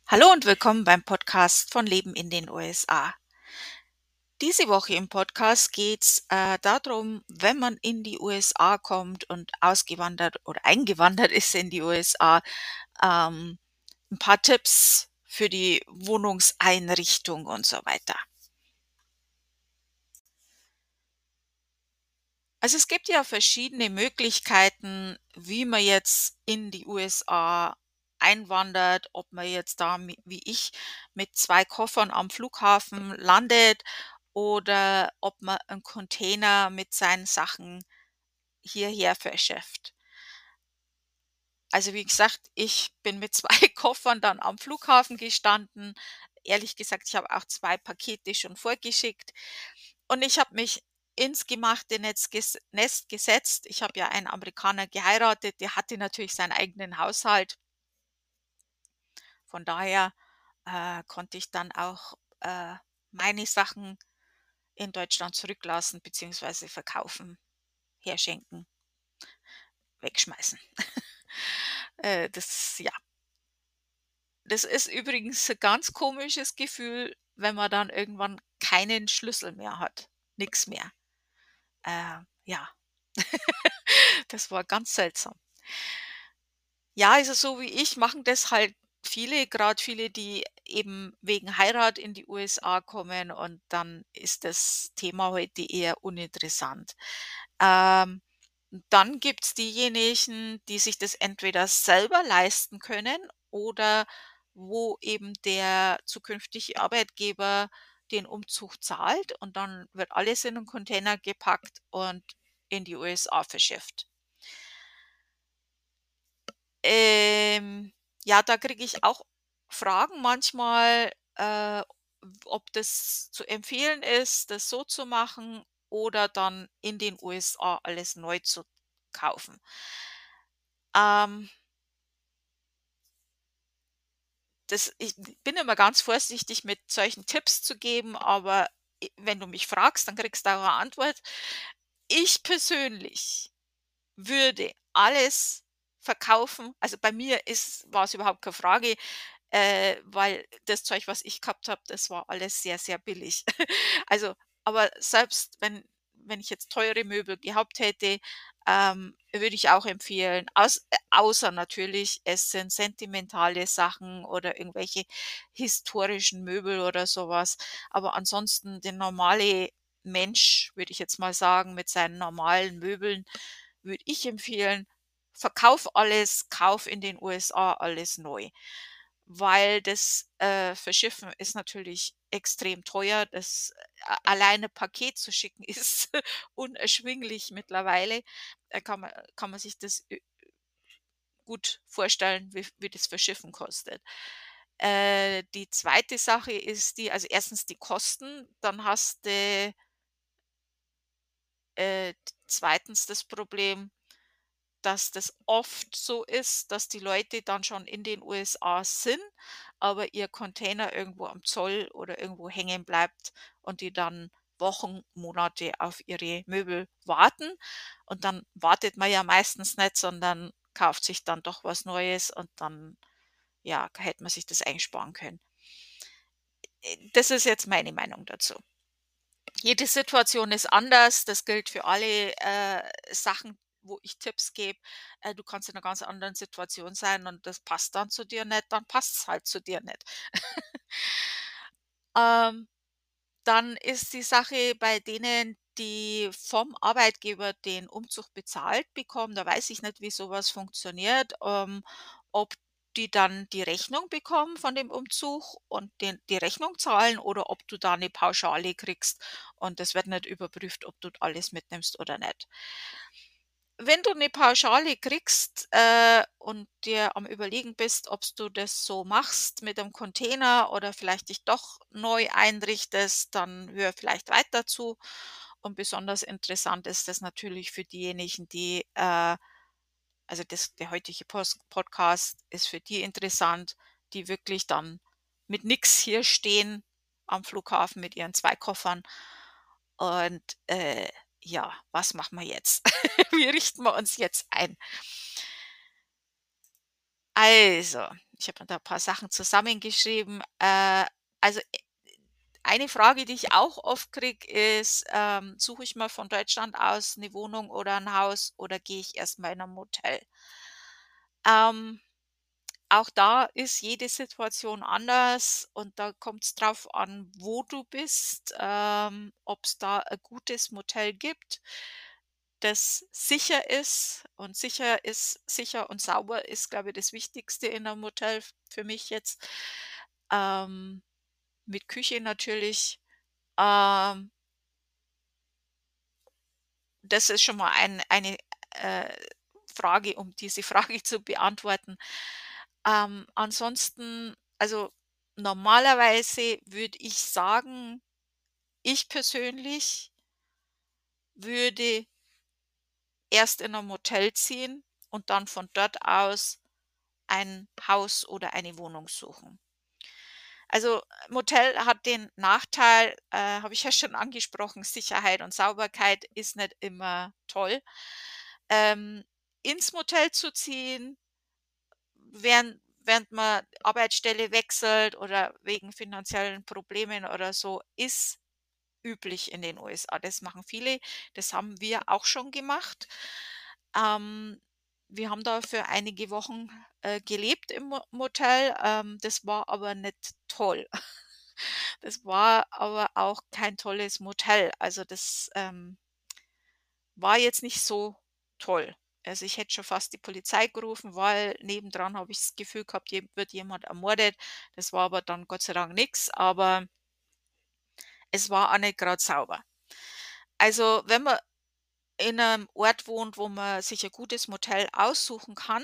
Hallo und willkommen beim Podcast von Leben in den USA. Diese Woche im Podcast geht's darum, wenn man in die USA kommt und ausgewandert oder eingewandert ist in die USA, ähm, ein paar Tipps für die Wohnungseinrichtung und so weiter. Also es gibt ja verschiedene Möglichkeiten, wie man jetzt in die USA einwandert, ob man jetzt da wie ich mit 2 Koffern am Flughafen landet oder ob man einen Container mit seinen Sachen hierher verschifft. Also, wie gesagt, ich bin mit 2 Koffern dann am Flughafen gestanden. Ehrlich gesagt, ich habe auch 2 Pakete schon vorgeschickt und ich habe mich ins gemachte Nest gesetzt. Ich habe ja einen Amerikaner geheiratet, der hatte natürlich seinen eigenen Haushalt. Von daher, konnte ich dann auch, meine Sachen in Deutschland zurücklassen beziehungsweise verkaufen, herschenken, wegschmeißen. Ja, das ist übrigens 'n ganz komisches Gefühl, wenn man dann irgendwann keinen Schlüssel mehr hat, nix mehr. Ja, das war ganz seltsam. Ja, also so wie ich machen das halt viele, gerade viele, die eben wegen Heirat in die USA kommen und dann ist das Thema heute eher uninteressant. Ähm, Dann gibt's diejenigen, die sich das entweder selber leisten können oder wo eben der zukünftige Arbeitgeber den Umzug zahlt und dann wird alles in 'nen Container gepackt und in die USA verschifft. Ja, da kriege ich auch Fragen manchmal, ob das zu empfehlen ist, das so zu machen oder dann in den USA alles neu zu kaufen. Ähm, Ich bin immer ganz vorsichtig mit solchen Tipps zu geben, aber wenn du mich fragst, dann kriegst du auch eine Antwort. Ich persönlich würde alles verkaufen. Also, bei mir war es überhaupt keine Frage, weil das Zeug, was ich gehabt habe, das war alles sehr, sehr billig. Also, aber selbst wenn ich jetzt teure Möbel gehabt hätte, würde ich auch empfehlen, außer natürlich, es sind sentimentale Sachen oder irgendwelche historischen Möbel oder sowas. Aber ansonsten der normale Mensch, würde ich jetzt mal sagen, mit seinen normalen Möbeln, würde ich empfehlen, verkauf alles, kauf in den USA alles neu, weil das, Verschiffen ist natürlich extrem teuer. Alleine Paket zu schicken ist unerschwinglich mittlerweile. Kann man sich das gut vorstellen, wie das Verschiffen kostet. Die zweite Sache ist die, also erstens die Kosten, dann hast du, 2. das Problem, dass das oft so ist, dass die Leute dann schon in den USA sind, aber ihr Container irgendwo am Zoll oder irgendwo hängen bleibt und die dann Wochen, Monate auf ihre Möbel warten. Und dann wartet man ja meistens nicht, sondern kauft sich dann doch was Neues und dann, ja, hätte man sich das einsparen können. Das ist jetzt meine Meinung dazu. Jede Situation ist anders. Das gilt für alle, Sachen, wo ich Tipps gebe. Du kannst in einer ganz anderen Situation sein und das passt dann zu dir nicht, dann passt es halt zu dir nicht. Ähm, Dann ist die Sache bei denen, die vom Arbeitgeber den Umzug bezahlt bekommen, da weiß ich nicht, wie sowas funktioniert, ob die dann die Rechnung bekommen von dem Umzug und die Rechnung zahlen oder ob du da eine Pauschale kriegst und es wird nicht überprüft, ob du alles mitnimmst oder nicht. Wenn du eine Pauschale kriegst, und dir am Überlegen bist, ob du das so machst mit dem Container oder vielleicht dich doch neu einrichtest, dann hör vielleicht weiter zu. Und besonders interessant ist das natürlich für diejenigen, die, also der heutige Podcast ist für die interessant, die wirklich dann mit nix hier stehen am Flughafen mit ihren 2 Koffern und, ja, was machen wir jetzt? Wie richten wir uns jetzt ein? Also, Ich habe mir da ein paar Sachen zusammengeschrieben. Also, eine Frage, die ich auch oft kriege, ist, suche ich mir von Deutschland aus eine Wohnung oder ein Haus oder gehe ich erst mal in 'n Motel? Ähm, Auch da ist jede Situation anders und da kommt es drauf an, wo du bist, ob es da ein gutes Motel gibt, das sicher und sauber ist, glaube ich, das Wichtigste in 'nem Motel für mich jetzt. Ähm, mit Küche natürlich. Ähm, Das ist schon mal eine, äh, Frage, um diese Frage zu beantworten. Ansonsten, also, normalerweise würde ich sagen, ich persönlich würde erst in 'n Motel ziehen und dann von dort aus ein Haus oder eine Wohnung suchen. Also, Motel hat den Nachteil, habe ich ja schon angesprochen, Sicherheit und Sauberkeit ist nicht immer toll. Ähm, Ins Motel zu ziehen, während man Arbeitsstelle wechselt oder wegen finanziellen Problemen oder so, ist üblich in den USA. Das machen viele. Das haben wir auch schon gemacht. Ähm, Wir haben da für einige Wochen, gelebt im Motel. Das war aber nicht toll. Das war aber auch kein tolles Motel. Also, das, war jetzt nicht so toll. Also, ich hätte schon fast die Polizei gerufen, weil nebendran habe ich das Gefühl gehabt, hier wird jemand ermordet. Das war aber dann Gott sei Dank nix, aber es war auch nicht grad sauber. Also, wenn man in einem Ort wohnt, wo man sich ein gutes Motel aussuchen kann,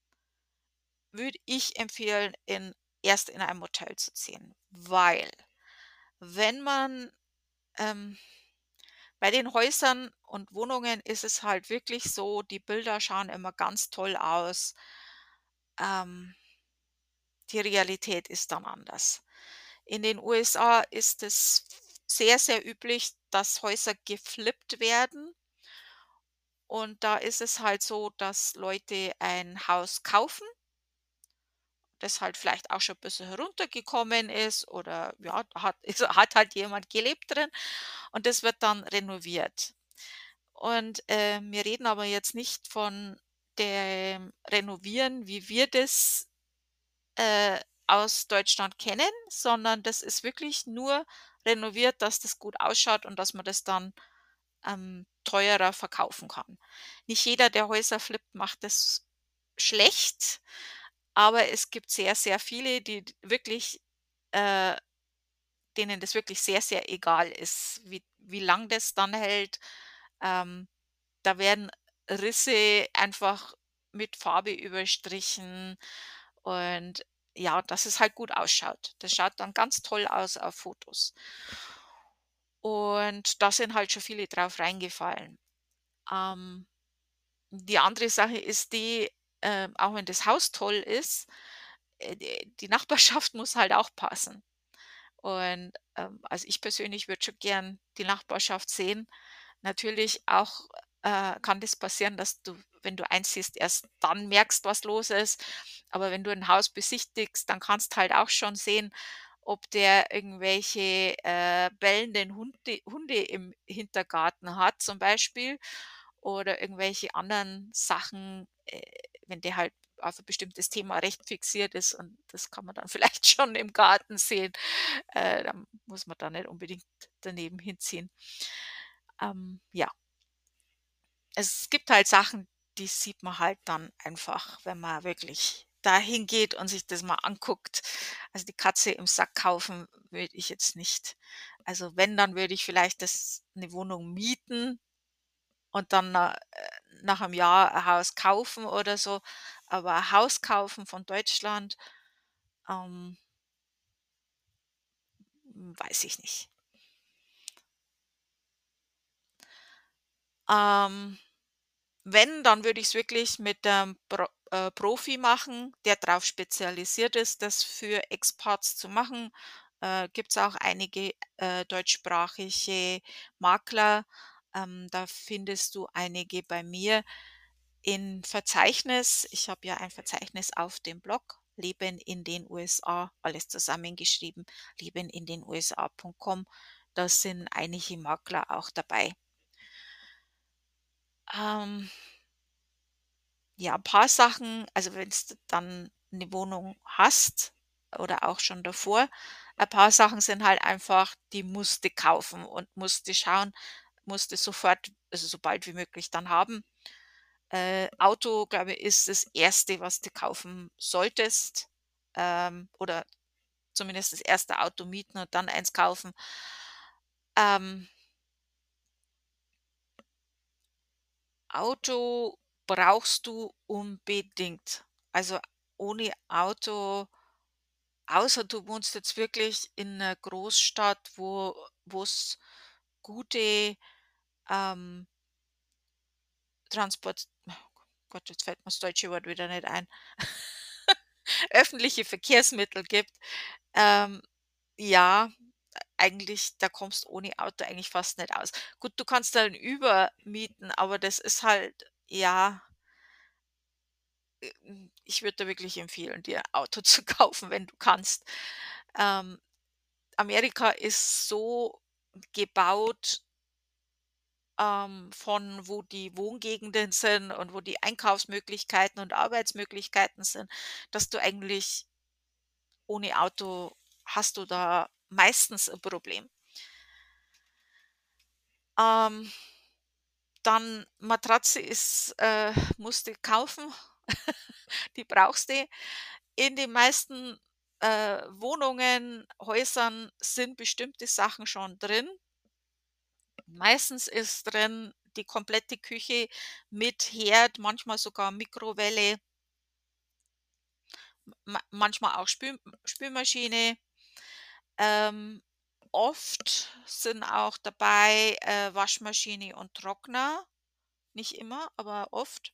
würde ich empfehlen, erst in ein Motel zu ziehen, weil wenn man, ähm bei den Häusern und Wohnungen ist es halt wirklich so, die Bilder schauen immer ganz toll aus. Ähm, Die Realität ist dann anders. In den USA ist es sehr, sehr üblich, dass Häuser geflippt werden. Und da ist es halt so, dass Leute ein Haus kaufen, das halt vielleicht auch schon ein bisschen heruntergekommen ist oder ja, da hat halt jemand gelebt drin und das wird dann renoviert. Und, wir reden aber jetzt nicht von dem Renovieren, wie wir das, aus Deutschland kennen, sondern das ist wirklich nur renoviert, dass das gut ausschaut und dass man das dann, teurer verkaufen kann. Nicht jeder, der Häuser flippt, macht das schlecht, aber es gibt sehr, sehr viele, die wirklich äh, denen das wirklich sehr, sehr egal ist, wie lang das dann hält. Ähm Da werden Risse einfach mit Farbe überstrichen und ja, dass es halt gut ausschaut. Das schaut dann ganz toll aus auf Fotos. Und da sind halt schon viele drauf reingefallen. Ähm, die andere Sache ist die, auch wenn das Haus toll ist, die Nachbarschaft muss halt auch passen. Und, also, ich persönlich würde schon gern die Nachbarschaft sehen. Natürlich auch, kann das passieren, dass du, wenn du einziehst, erst dann merkst, was los ist. Aber wenn du ein Haus besichtigst, dann kannst halt auch schon sehen, ob der irgendwelche, bellenden Hunde im Hintergarten hat zum Beispiel oder irgendwelche anderen Sachen, wenn der halt auf ein bestimmtes Thema recht fixiert ist und das kann man dann vielleicht schon im Garten sehen. Dann muss man da nicht unbedingt daneben hinziehen. Ja, es gibt halt Sachen, die sieht man halt dann einfach, wenn man wirklich dahin geht und sich das mal anguckt. Also, die Katze im Sack kaufen würde ich jetzt nicht. Also, wenn, dann würde ich vielleicht das 'ne Wohnung mieten und dann nach einem Jahr ein Haus kaufen oder so. Aber ein Haus kaufen von Deutschland, ähm, weiß ich nicht. Ähm Wenn, dann würde ich es wirklich mit 'nem Profi machen, der darauf spezialisiert ist, das für Expats zu machen. Gibt es auch einige, deutschsprachige Makler. Da findest du einige bei mir in Verzeichnis. Ich habe ja ein Verzeichnis auf dem Blog Leben in den USA, alles zusammengeschrieben, lebenindenusa.com. Da sind einige Makler auch dabei. Ähm, ja, ein paar Sachen, also wenn du dann eine Wohnung hast oder auch schon davor, ein paar Sachen sind halt einfach, die musst du kaufen und musst du schauen, musst du sofort, also so bald wie möglich dann haben. Auto, glaube ich, ist das Erste, was du kaufen solltest, oder zumindest das erste Auto mieten und dann eins kaufen. Ähm, Auto brauchst du unbedingt. Also, ohne Auto, außer du wohnst jetzt wirklich in 'ner Großstadt, wo's gute, ähm, Transport oh Gott, jetzt fällt mir das deutsche Wort wieder nicht ein, öffentliche Verkehrsmittel gibt. Ähm, ja, eigentlich, da kommst ohne Auto eigentlich fast nicht aus. Gut, du kannst da 'n Uber mieten, aber das ist halt, ja, ich würde da wirklich empfehlen, dir ein Auto zu kaufen, wenn du kannst. Ähm, Amerika ist so gebaut, von wo die Wohngegenden sind und wo die Einkaufsmöglichkeiten und Arbeitsmöglichkeiten sind, dass du eigentlich ohne Auto hast du da meistens ein Problem. Ähm, Dann Matratze ist musst du kaufen, die brauchst du. In den meisten, Wohnungen, Häusern sind bestimmte Sachen schon drin. Meistens ist drin die komplette Küche mit Herd, manchmal sogar Mikrowelle, manchmal auch Spülmaschine. Ähm, Oft sind auch dabei, Waschmaschine und Trockner, nicht immer, aber oft.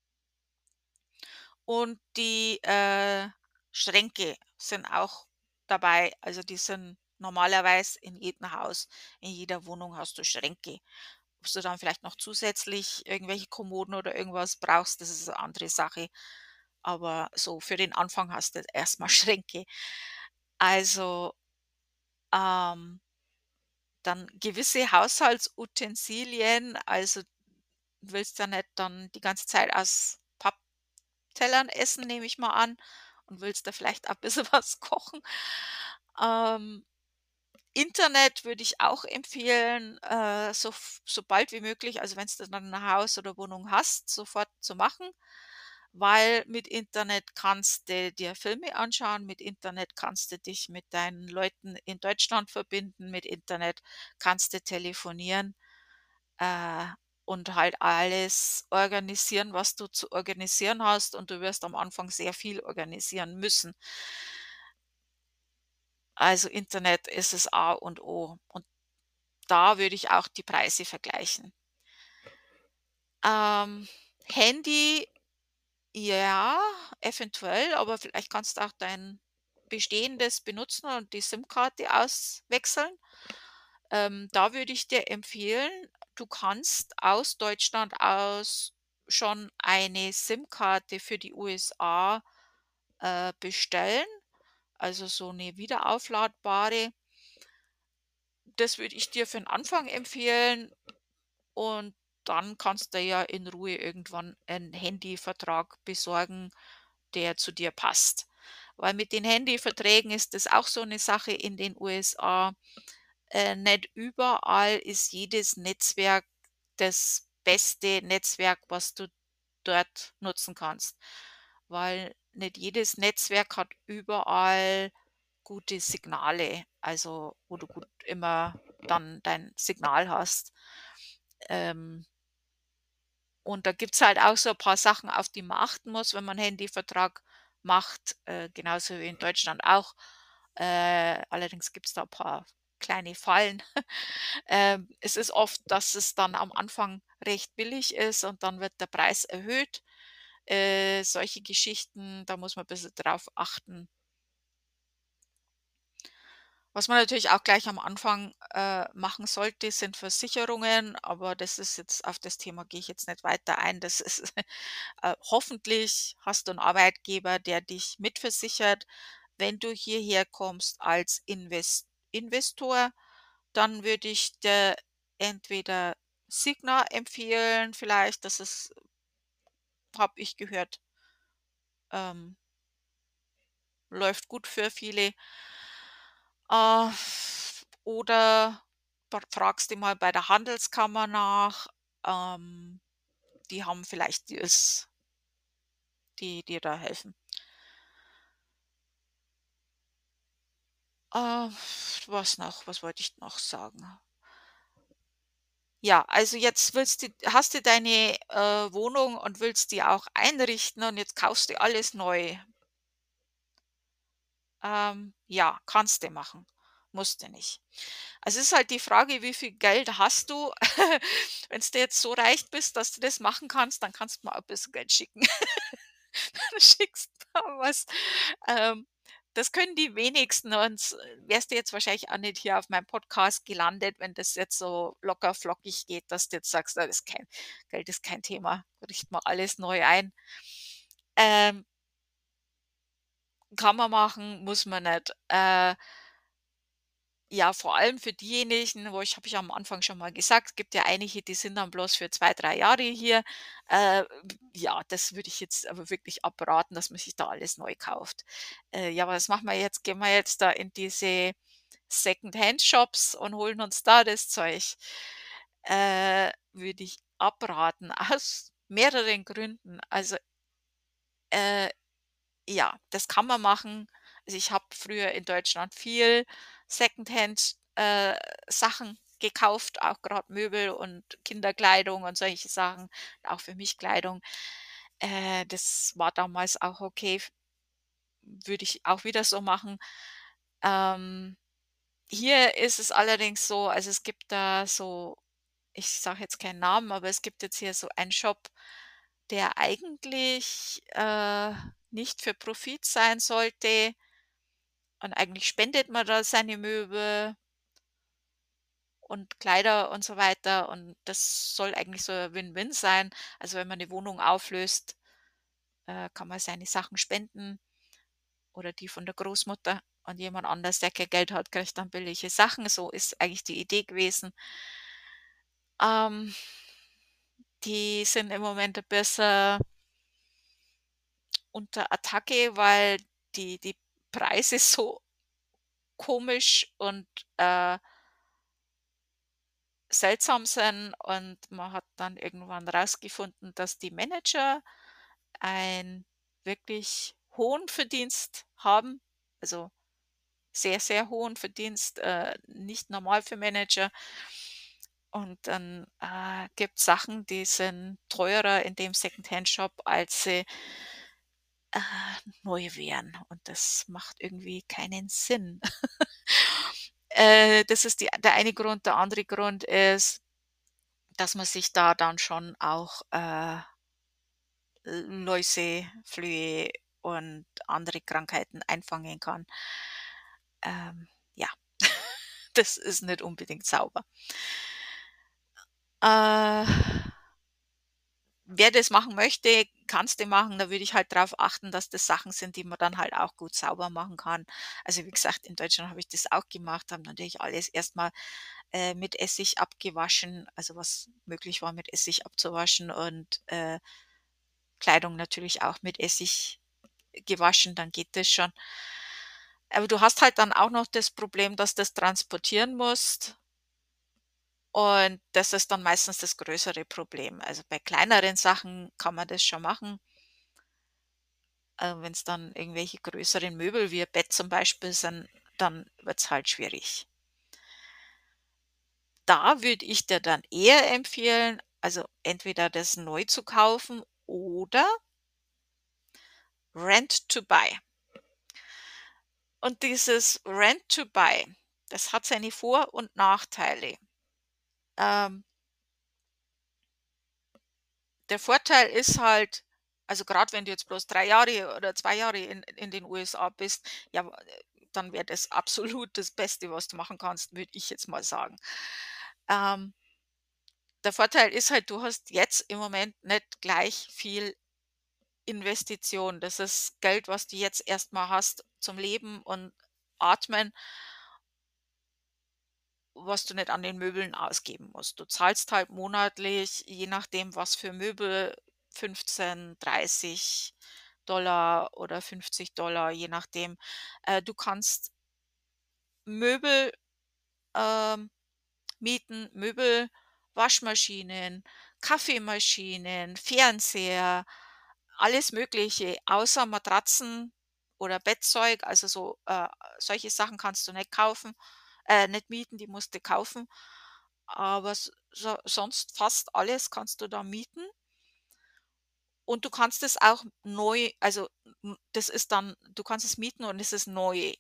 Und die, Schränke sind auch dabei. Also, die sind normalerweise in jedem Haus, in jeder Wohnung hast du Schränke. Ob du dann vielleicht noch zusätzlich irgendwelche Kommoden oder irgendwas brauchst, das ist eine andere Sache. Aber so für den Anfang hast du erst mal Schränke. Also, ähm, dann gewisse Haushaltsutensilien, also, willst ja nicht dann die ganze Zeit aus Papptellern essen, nehme ich mal an, und willst da vielleicht auch ein bisschen was kochen. Ähm, Internet würde ich auch empfehlen, so bald wie möglich, also wenn du dann ein Haus oder Wohnung hast, sofort zu machen, weil mit Internet kannst du dir Filme anschauen, mit Internet kannst du dich mit deinen Leuten in Deutschland verbinden, mit Internet kannst du telefonieren, äh, und halt alles organisieren, was du zu organisieren hast, und du wirst am Anfang sehr viel organisieren müssen. Also Internet ist das A und O. Und da würde ich auch die Preise vergleichen. Ähm, Handy, ja, eventuell, aber vielleicht kannst du auch dein bestehendes benutzen und die SIM-Karte auswechseln. Da würde ich dir empfehlen, du kannst aus Deutschland aus schon eine SIM-Karte für die USA, bestellen, also so eine wiederaufladbare. Das würde ich dir für den Anfang empfehlen. Und dann kannst du ja in Ruhe irgendwann einen Handyvertrag besorgen, der zu dir passt. Weil mit den Handyverträgen ist das auch so eine Sache in den USA. Nicht überall ist jedes Netzwerk das beste Netzwerk, was du dort nutzen kannst, weil nicht jedes Netzwerk hat überall gute Signale, also wo du gut immer dann dein Signal hast. Ähm, und da gibt's halt auch so ein paar Sachen, auf die man achten muss, wenn man Handyvertrag macht, genauso wie in Deutschland auch. Allerdings gibt's da ein paar kleine Fallen. Es ist oft, dass es dann am Anfang recht billig ist und dann wird der Preis erhöht. Solche Geschichten, da muss man ein bisschen drauf achten. Was man natürlich auch gleich am Anfang, machen sollte, sind Versicherungen, aber das ist jetzt auf das Thema gehe ich jetzt nicht weiter ein. Das ist hoffentlich hast du einen Arbeitgeber, der dich mitversichert. Wenn du hierher kommst als Investor, dann würde ich dir entweder Signa empfehlen vielleicht, das ist habe ich gehört, ähm, läuft gut für viele. Äh, oder fragst du mal bei der Handelskammer nach, ähm, die haben vielleicht Deals, die dir da helfen. Äh, was noch? Was wollte ich noch sagen? Ja, also jetzt hast du deine, Wohnung und willst die auch einrichten und jetzt kaufst du alles neu. Ja, kannst du machen, musst du nicht. Also, es ist halt die Frage, wie viel Geld hast du? Wenn's dir jetzt so reich bist, dass du das machen kannst, dann kannst du mir auch ein bisschen Geld schicken. Dann schickst da was. Ähm, das können die wenigsten und wärst du jetzt wahrscheinlich auch nicht hier auf meinem Podcast gelandet, wenn das jetzt so locker flockig geht, dass du jetzt sagst: „Ah, das ist kein Geld ist kein Thema, richten wir alles neu ein.“ Ähm, kann man machen, muss man nicht. Ja, vor allem für diejenigen, wo ich habe ich am Anfang schon mal gesagt, es gibt ja einige, die sind dann bloß für 2 3 Jahre hier. Ja, das würde ich jetzt aber wirklich abraten, dass man sich da alles neu kauft. Ja, was machen wir jetzt? Gehen wir jetzt da in diese Secondhand-Shops und holen uns da das Zeug? Würde ich abraten aus mehreren Gründen. Also, äh ja, das kann man machen. Also, ich habe früher in Deutschland viel Secondhand, Sachen gekauft, auch gerade Möbel und Kinderkleidung und solche Sachen, auch für mich Kleidung. Das war damals auch okay, würde ich auch wieder so machen. Ähm, hier ist es allerdings so, also, es gibt da so ich sage jetzt keinen Namen, aber es gibt jetzt hier so einen Shop, der eigentlich, nicht für Profit sein sollte. Und eigentlich spendet man da seine Möbel und Kleider und so weiter und das soll eigentlich so 'n Win-Win sein. Also, wenn man 'ne Wohnung auflöst, kann man seine Sachen spenden oder die von der Großmutter und jemand anders, der kein Geld hat, kriegt dann billige Sachen. So ist eigentlich die Idee gewesen. Ähm, die sind im Moment ein bisschen unter Attacke, weil die Preise so komisch und, äh seltsam sind und man hat dann irgendwann rausgefunden, dass die Manager einen wirklich hohen Verdienst haben, also sehr, sehr hohen Verdienst, nicht normal für Manager. Und dann, gibt's Sachen, die sind teurer in dem Secondhand-Shop, als sie, äh, neu wären und das macht irgendwie keinen Sinn. Das ist der eine Grund. Der andere Grund ist, dass man sich da dann schon auch, Läuse, Flöhe und andere Krankheiten einfangen kann. Ja, das ist nicht unbedingt sauber. Äh, wer das machen möchte, kann's du machen. Da würde ich halt drauf achten, dass das Sachen sind, die man dann halt auch gut sauber machen kann. Also, wie gesagt, in Deutschland habe ich das auch gemacht, habe natürlich alles erstmal mit Essig abgewaschen, also was möglich war, mit Essig abzuwaschen und, Kleidung natürlich auch mit Essig gewaschen, dann geht das schon. Aber du hast halt dann auch noch das Problem, dass du's transportieren musst und das ist dann meistens das größere Problem. Also, bei kleineren Sachen kann man das schon machen. Wenn's dann irgendwelche größeren Möbel wie ein Bett zum Beispiel sind, dann wird's halt schwierig. Da würde ich dir dann eher empfehlen, also entweder das neu zu kaufen oder Rent to Buy. Und dieses Rent to Buy, das hat seine Vor und Nachteile. Ähm, der Vorteil ist halt also, gerade wenn du jetzt bloß 3 Jahre oder 2 Jahre in den USA bist, ja, dann wäre das absolut das Beste, was du machen kannst, würde ich jetzt mal sagen. Ähm, Der Vorteil ist halt, du hast jetzt im Moment nicht gleich viel Investition. Das ist Geld, was du jetzt erst mal hast zum Leben und Atmen, was du nicht an den Möbeln ausgeben musst. Du zahlst halt monatlich, je nachdem, was für Möbel, 15, 30 $ oder 50 $, je nachdem. Du kannst Möbel, ähm, mieten, Möbel, Waschmaschinen, Kaffeemaschinen, Fernseher, alles Mögliche, außer Matratzen oder Bettzeug. Also so, solche Sachen kannst du nicht kaufen, nicht mieten, die musst du kaufen. Aber sonst fast alles kannst du da mieten und du kannst es auch neu, also das ist dann, du kannst es mieten und es ist neu.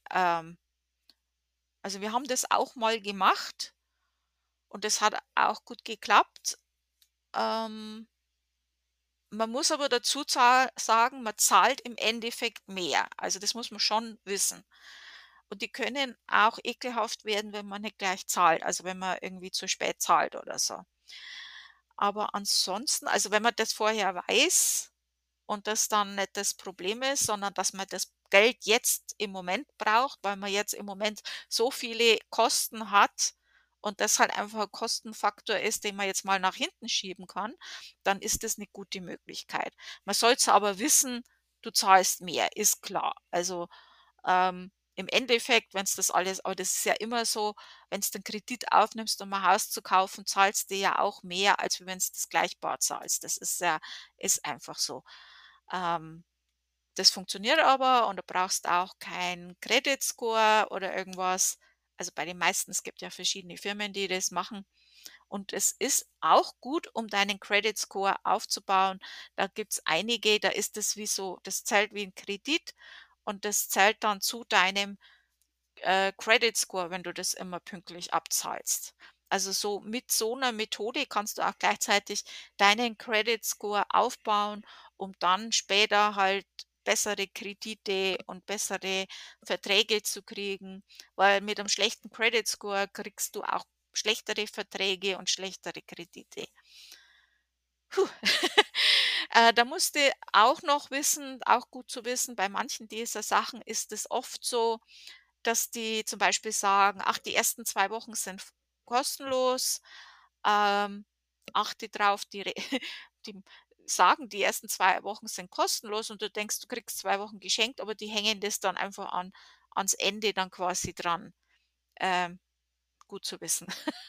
Also wir haben das auch mal gemacht und das hat auch gut geklappt. Ähm, Man muss aber dazu sagen, man zahlt im Endeffekt mehr. Also das muss man schon wissen. Und die können auch ekelhaft werden, wenn man nicht gleich zahlt, also wenn man irgendwie zu spät zahlt oder so. Aber ansonsten, also wenn man das vorher weiß und das dann nicht das Problem ist, sondern dass man das Geld jetzt im Moment braucht, weil man jetzt im Moment so viele Kosten hat und das halt einfach ein Kostenfaktor ist, den man jetzt mal nach hinten schieben kann, dann ist das eine gute Möglichkeit. Man sollte aber wissen, du zahlst mehr, ist klar. Also, im Endeffekt, wenn es das alles, aber das ist ja immer so, wenn du den Kredit aufnimmst, um ein Haus zu kaufen, zahlst du ja auch mehr, als wenn du das gleich bar zahlst. Das ist einfach so. Ähm, Das funktioniert aber und du brauchst auch kein Credit Score oder irgendwas. Also, bei den meisten, es gibt ja verschiedene Firmen, die das machen. Und es ist auch gut, um deinen Credit Score aufzubauen. Da gibt es einige, da ist es wie so, das zählt wie ein Kredit und das zählt dann zu deinem Credit Score, wenn du das immer pünktlich abzahlst. Also so mit so einer Methode kannst du auch gleichzeitig deinen Credit Score aufbauen, um dann später halt bessere Kredite und bessere Verträge zu kriegen, weil mit einem schlechten Credit Score kriegst du auch schlechtere Verträge und schlechtere Kredite. Puh. Da musst du auch noch wissen, auch gut zu wissen, bei manchen dieser Sachen ist es oft so, dass die zum Beispiel sagen: „Ach, die ersten 2 Wochen sind kostenlos, ähm, achte drauf, die sagen, die ersten 2 Wochen sind kostenlos“ und du denkst, du kriegst 2 Wochen geschenkt, aber die hängen das dann einfach ans Ende dann quasi dran. Ähm, Gut zu wissen.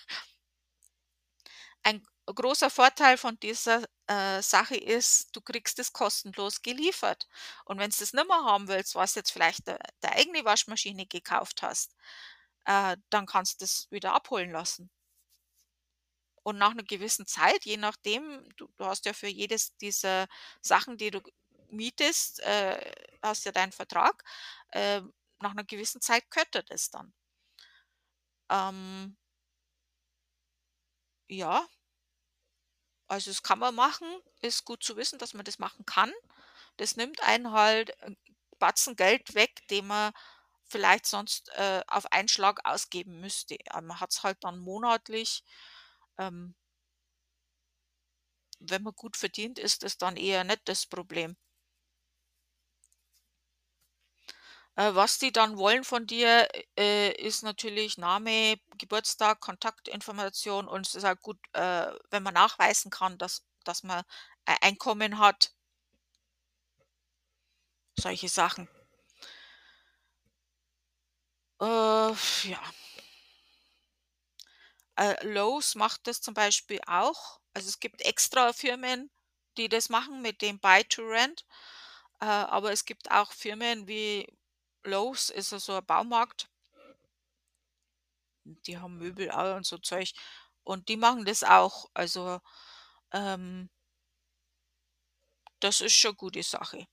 Ein großer Vorteil von dieser, Sache ist, du kriegst es kostenlos geliefert. Und wenn du das nimmer haben willst, was jetzt vielleicht de eigene Waschmaschine gekauft hast, dann kannst du das wieder abholen lassen. Und nach einer gewissen Zeit, je nachdem, du hast ja für jedes dieser Sachen, die du mietest, hast ja deinen Vertrag. Nach einer gewissen Zeit gehört dir das dann. Ähm, ja, also, das kann man machen. Ist gut zu wissen, dass man das machen kann. Das nimmt einen halt 'n Batzen Geld weg, den man vielleicht sonst, auf einen Schlag ausgeben müsste. Aber man hat's halt dann monatlich. Ähm, Wenn man gut verdient, ist das dann eher nicht das Problem. Was die dann wollen von dir, ist natürlich Name, Geburtstag, Kontaktinformation und es ist halt gut, wenn man nachweisen kann, dass man Einkommen hat, solche Sachen. Ja. Lowe's macht das zum Beispiel auch. Also, es gibt extra Firmen, die das machen mit dem Buy to Rent, aber es gibt auch Firmen wie Lowe's ist ja so ein Baumarkt, die haben Möbel auch und so Zeug und die machen das auch. Also, ähm, das ist schon gute Sache.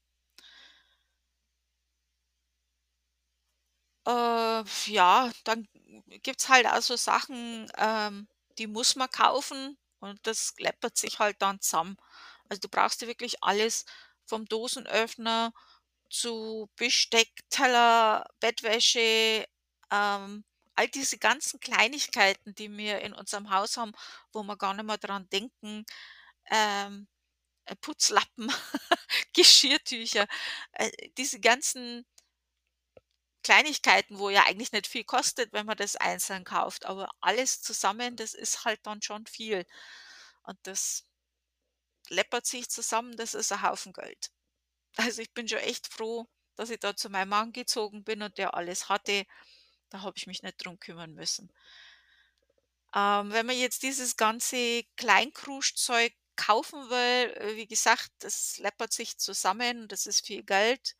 Ja, dann gibt's halt auch so Sachen, die muss man kaufen und das läppert sich halt dann zusammen. Also, du brauchst ja wirklich alles vom Dosenöffner zu Besteck, Teller, Bettwäsche, ähm, all diese ganzen Kleinigkeiten, die wir in unserem Haus haben, wo wir gar nicht mehr dran denken, ähm, Putzlappen, Geschirrtücher, diese ganzen Kleinigkeiten, wo ja eigentlich nicht viel kostet, wenn man das einzeln kauft, aber alles zusammen, das ist halt dann schon viel. Und das läppert sich zusammen, das ist ein Haufen Geld. Also, ich bin schon echt froh, dass ich da zu meinem Mann gezogen bin und der alles hatte. Da habe ich mich nicht drum kümmern müssen. Wenn man jetzt dieses ganze Kleinkruschzeug kaufen will, wie gesagt, das läppert sich zusammen, das ist viel Geld.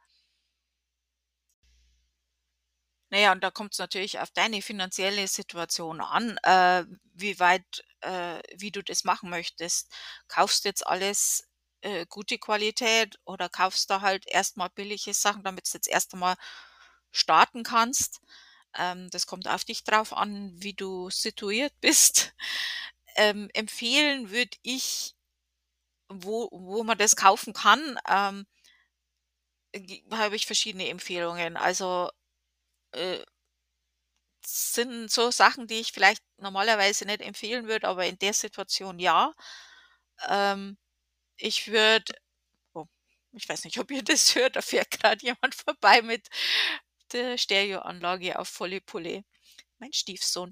Na ja, und da kommt es natürlich auf deine finanzielle Situation an, wie du das machen möchtest. Kaufst du jetzt alles, gute Qualität oder kaufst du halt erst mal billige Sachen, damit du jetzt erst einmal starten kannst? Das kommt auf dich drauf an, wie du situiert bist. Empfehlen würde ich, wo man das kaufen kann, habe ich verschiedene Empfehlungen. Also, äh sind so Sachen, die ich vielleicht normalerweise nicht empfehlen würde, aber in der Situation ja. Ähm, ich würde oh, ich weiß nicht, ob ihr das hört, da fährt gerade jemand vorbei mit der Stereoanlage auf volle Pulle. Mein Stiefsohn.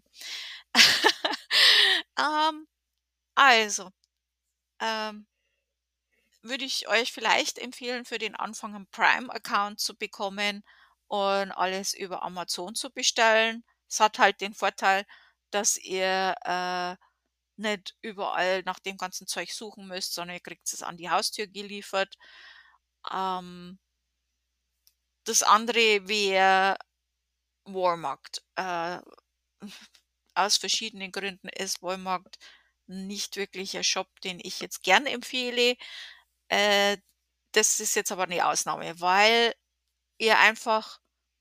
Ähm, also, ähm, würde ich euch vielleicht empfehlen, für den Anfang 'n Prime-Account zu bekommen und alles über Amazon zu bestellen. Es hat halt den Vorteil, dass ihr, nicht überall nach dem ganzen Zeug suchen müsst, sondern ihr kriegt es an die Haustür geliefert. Ähm, das andere wäre Walmart. Aus verschiedenen Gründen ist Walmart nicht wirklich ein Shop, den ich jetzt gern empfehle. Äh, das ist jetzt aber eine Ausnahme, weil ihr einfach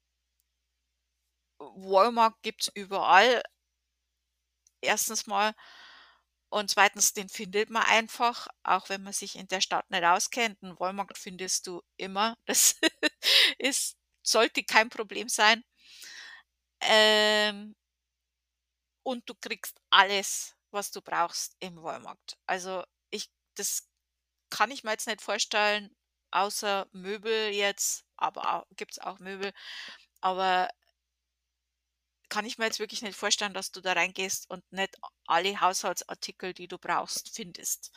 Walmart gibt's überall, erstens mal. Und zweitens, den findet man einfach, auch wenn man sich in der Stadt nicht auskennt. 'N Walmart findest du immer. Das ist sollte kein Problem sein. Ähm, und du kriegst alles, was du brauchst im Walmart. Also, ich das kann ich mir jetzt nicht vorstellen, außer Möbel jetzt, aber gibt's auch Möbel, aber kann ich mir jetzt wirklich nicht vorstellen, dass du da reingehst und nicht alle Haushaltsartikel, die du brauchst, findest.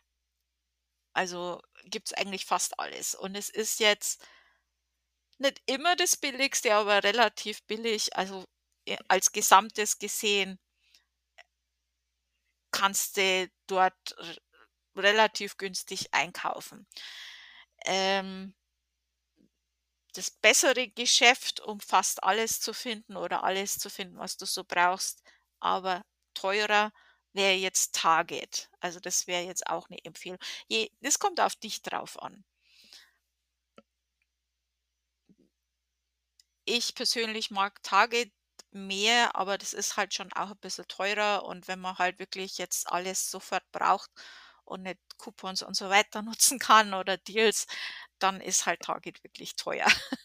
Also, gibt's eigentlich fast alles. Und es ist jetzt nicht immer das Billigste, aber relativ billig. Also, als Gesamtes gesehen kannst du dort relativ günstig einkaufen. Ähm, das bessere Geschäft, um fast alles zu finden oder alles zu finden, was du so brauchst, aber teurer, wäre jetzt Target. Also, das wäre jetzt auch eine Empfehlung. Das kommt auf dich drauf an. Ich persönlich mag Target mehr, aber das ist halt schon auch ein bisschen teurer und wenn man halt wirklich jetzt alles sofort braucht und nicht Coupons und so weiter nutzen kann oder Deals, dann ist halt Target wirklich teuer.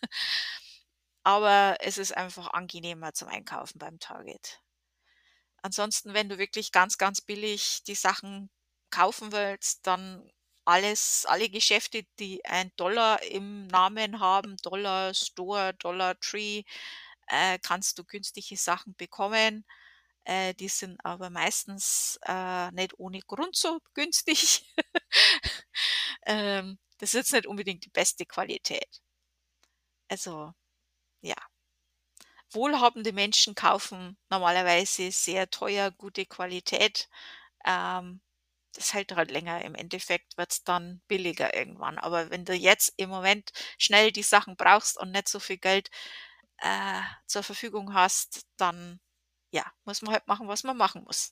Aber es ist einfach angenehmer zum Einkaufen beim Target. Ansonsten, wenn du wirklich ganz, ganz billig die Sachen kaufen willst, dann alle Geschäfte, die ein Dollar im Namen haben, Dollar Store, Dollar Tree, kannst du günstige Sachen bekommen. Die sind aber meistens, nicht ohne Grund so günstig. Das ist jetzt nicht unbedingt die beste Qualität. Also, ja. Wohlhabende Menschen kaufen normalerweise sehr teuer gute Qualität. Ähm, das hält halt länger. Im Endeffekt wird's dann billiger irgendwann. Aber wenn du jetzt im Moment schnell die Sachen brauchst und nicht so viel Geld, zur Verfügung hast, dann, ja, muss man halt machen, was man machen muss.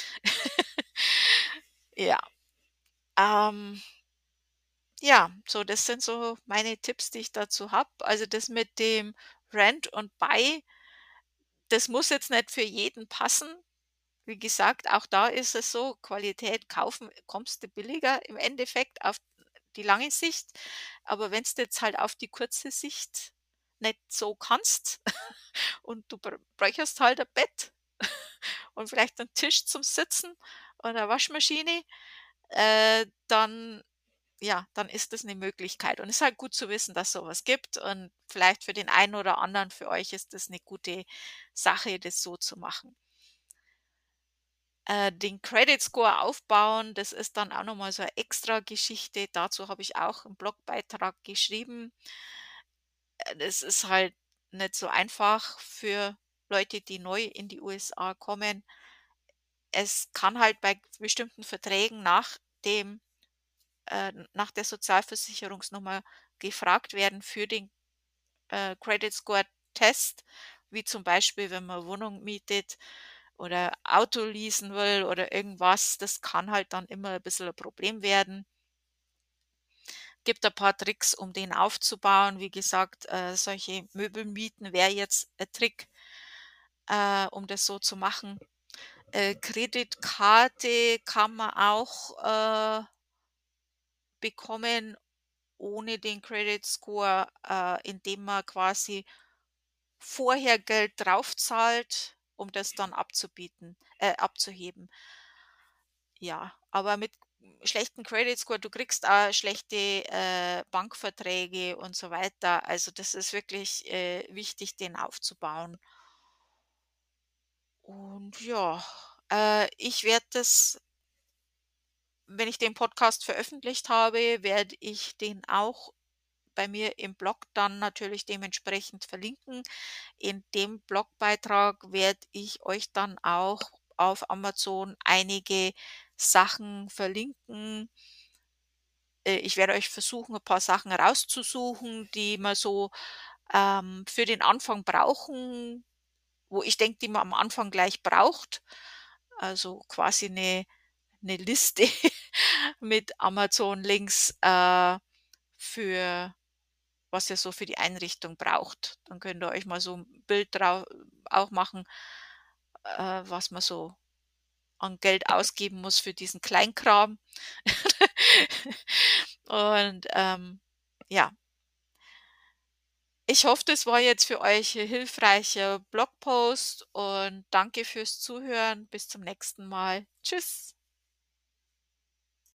Ja, ähm, ja, so das sind so meine Tipps, die ich dazu habe. Also, das mit dem Rent und Buy, das muss jetzt nicht für jeden passen. Wie gesagt, auch da ist es so, Qualität kaufen kommst du billiger im Endeffekt auf die lange Sicht. Aber wenn du jetzt halt auf die kurze Sicht nicht so kannst und du bräuchtest halt ein Bett und vielleicht einen Tisch zum Sitzen und eine Waschmaschine, dann ja, dann ist das eine Möglichkeit. Und es ist halt gut zu wissen, dass so was gibt und vielleicht für den einen oder anderen für euch ist das eine gute Sache, das so zu machen. Den Credit Score aufbauen, das ist dann auch noch mal so 'ne Extra-Geschichte. Dazu habe ich auch 'n Blogbeitrag geschrieben. Das ist halt nicht so einfach für Leute, die neu in die USA kommen. Es kann halt bei bestimmten Verträgen nach der Sozialversicherungsnummer gefragt werden für den, Credit Score Test, wie zum Beispiel, wenn man Wohnung mietet oder Auto leasen will oder irgendwas. Das kann halt dann immer ein bisschen ein Problem werden. Gibt ein paar Tricks, um den aufzubauen. Wie gesagt, solche Möbelmieten wäre jetzt ein Trick, um das so zu machen. Kreditkarte kann man auch, bekommen ohne den Credit Score, indem man quasi vorher Geld draufzahlt, um das dann abzuheben. Ja, aber mit schlechten Credit Score, du kriegst auch schlechte, Bankverträge und so weiter. Also, das ist wirklich, wichtig, den aufzubauen. Und ja, ich werde das wenn ich den Podcast veröffentlicht habe, werde ich den auch bei mir im Blog dann natürlich dementsprechend verlinken. In dem Blogbeitrag werde ich euch dann auch auf Amazon einige Sachen verlinken. Ich werde euch versuchen, ein paar Sachen rauszusuchen, die man so, für den Anfang brauchen, wo ich denke, die man am Anfang gleich braucht. Also quasi eine Liste mit Amazon-Links, für was ihr so für die Einrichtung braucht. Dann könnt ihr euch mal so 'n Bild auch machen, was man so an Geld ausgeben muss für diesen Kleinkram. Und, ja, ich hoffe, das war jetzt für euch 'n hilfreicher Blogpost und danke fürs Zuhören. Bis zum nächsten Mal. Tschüss.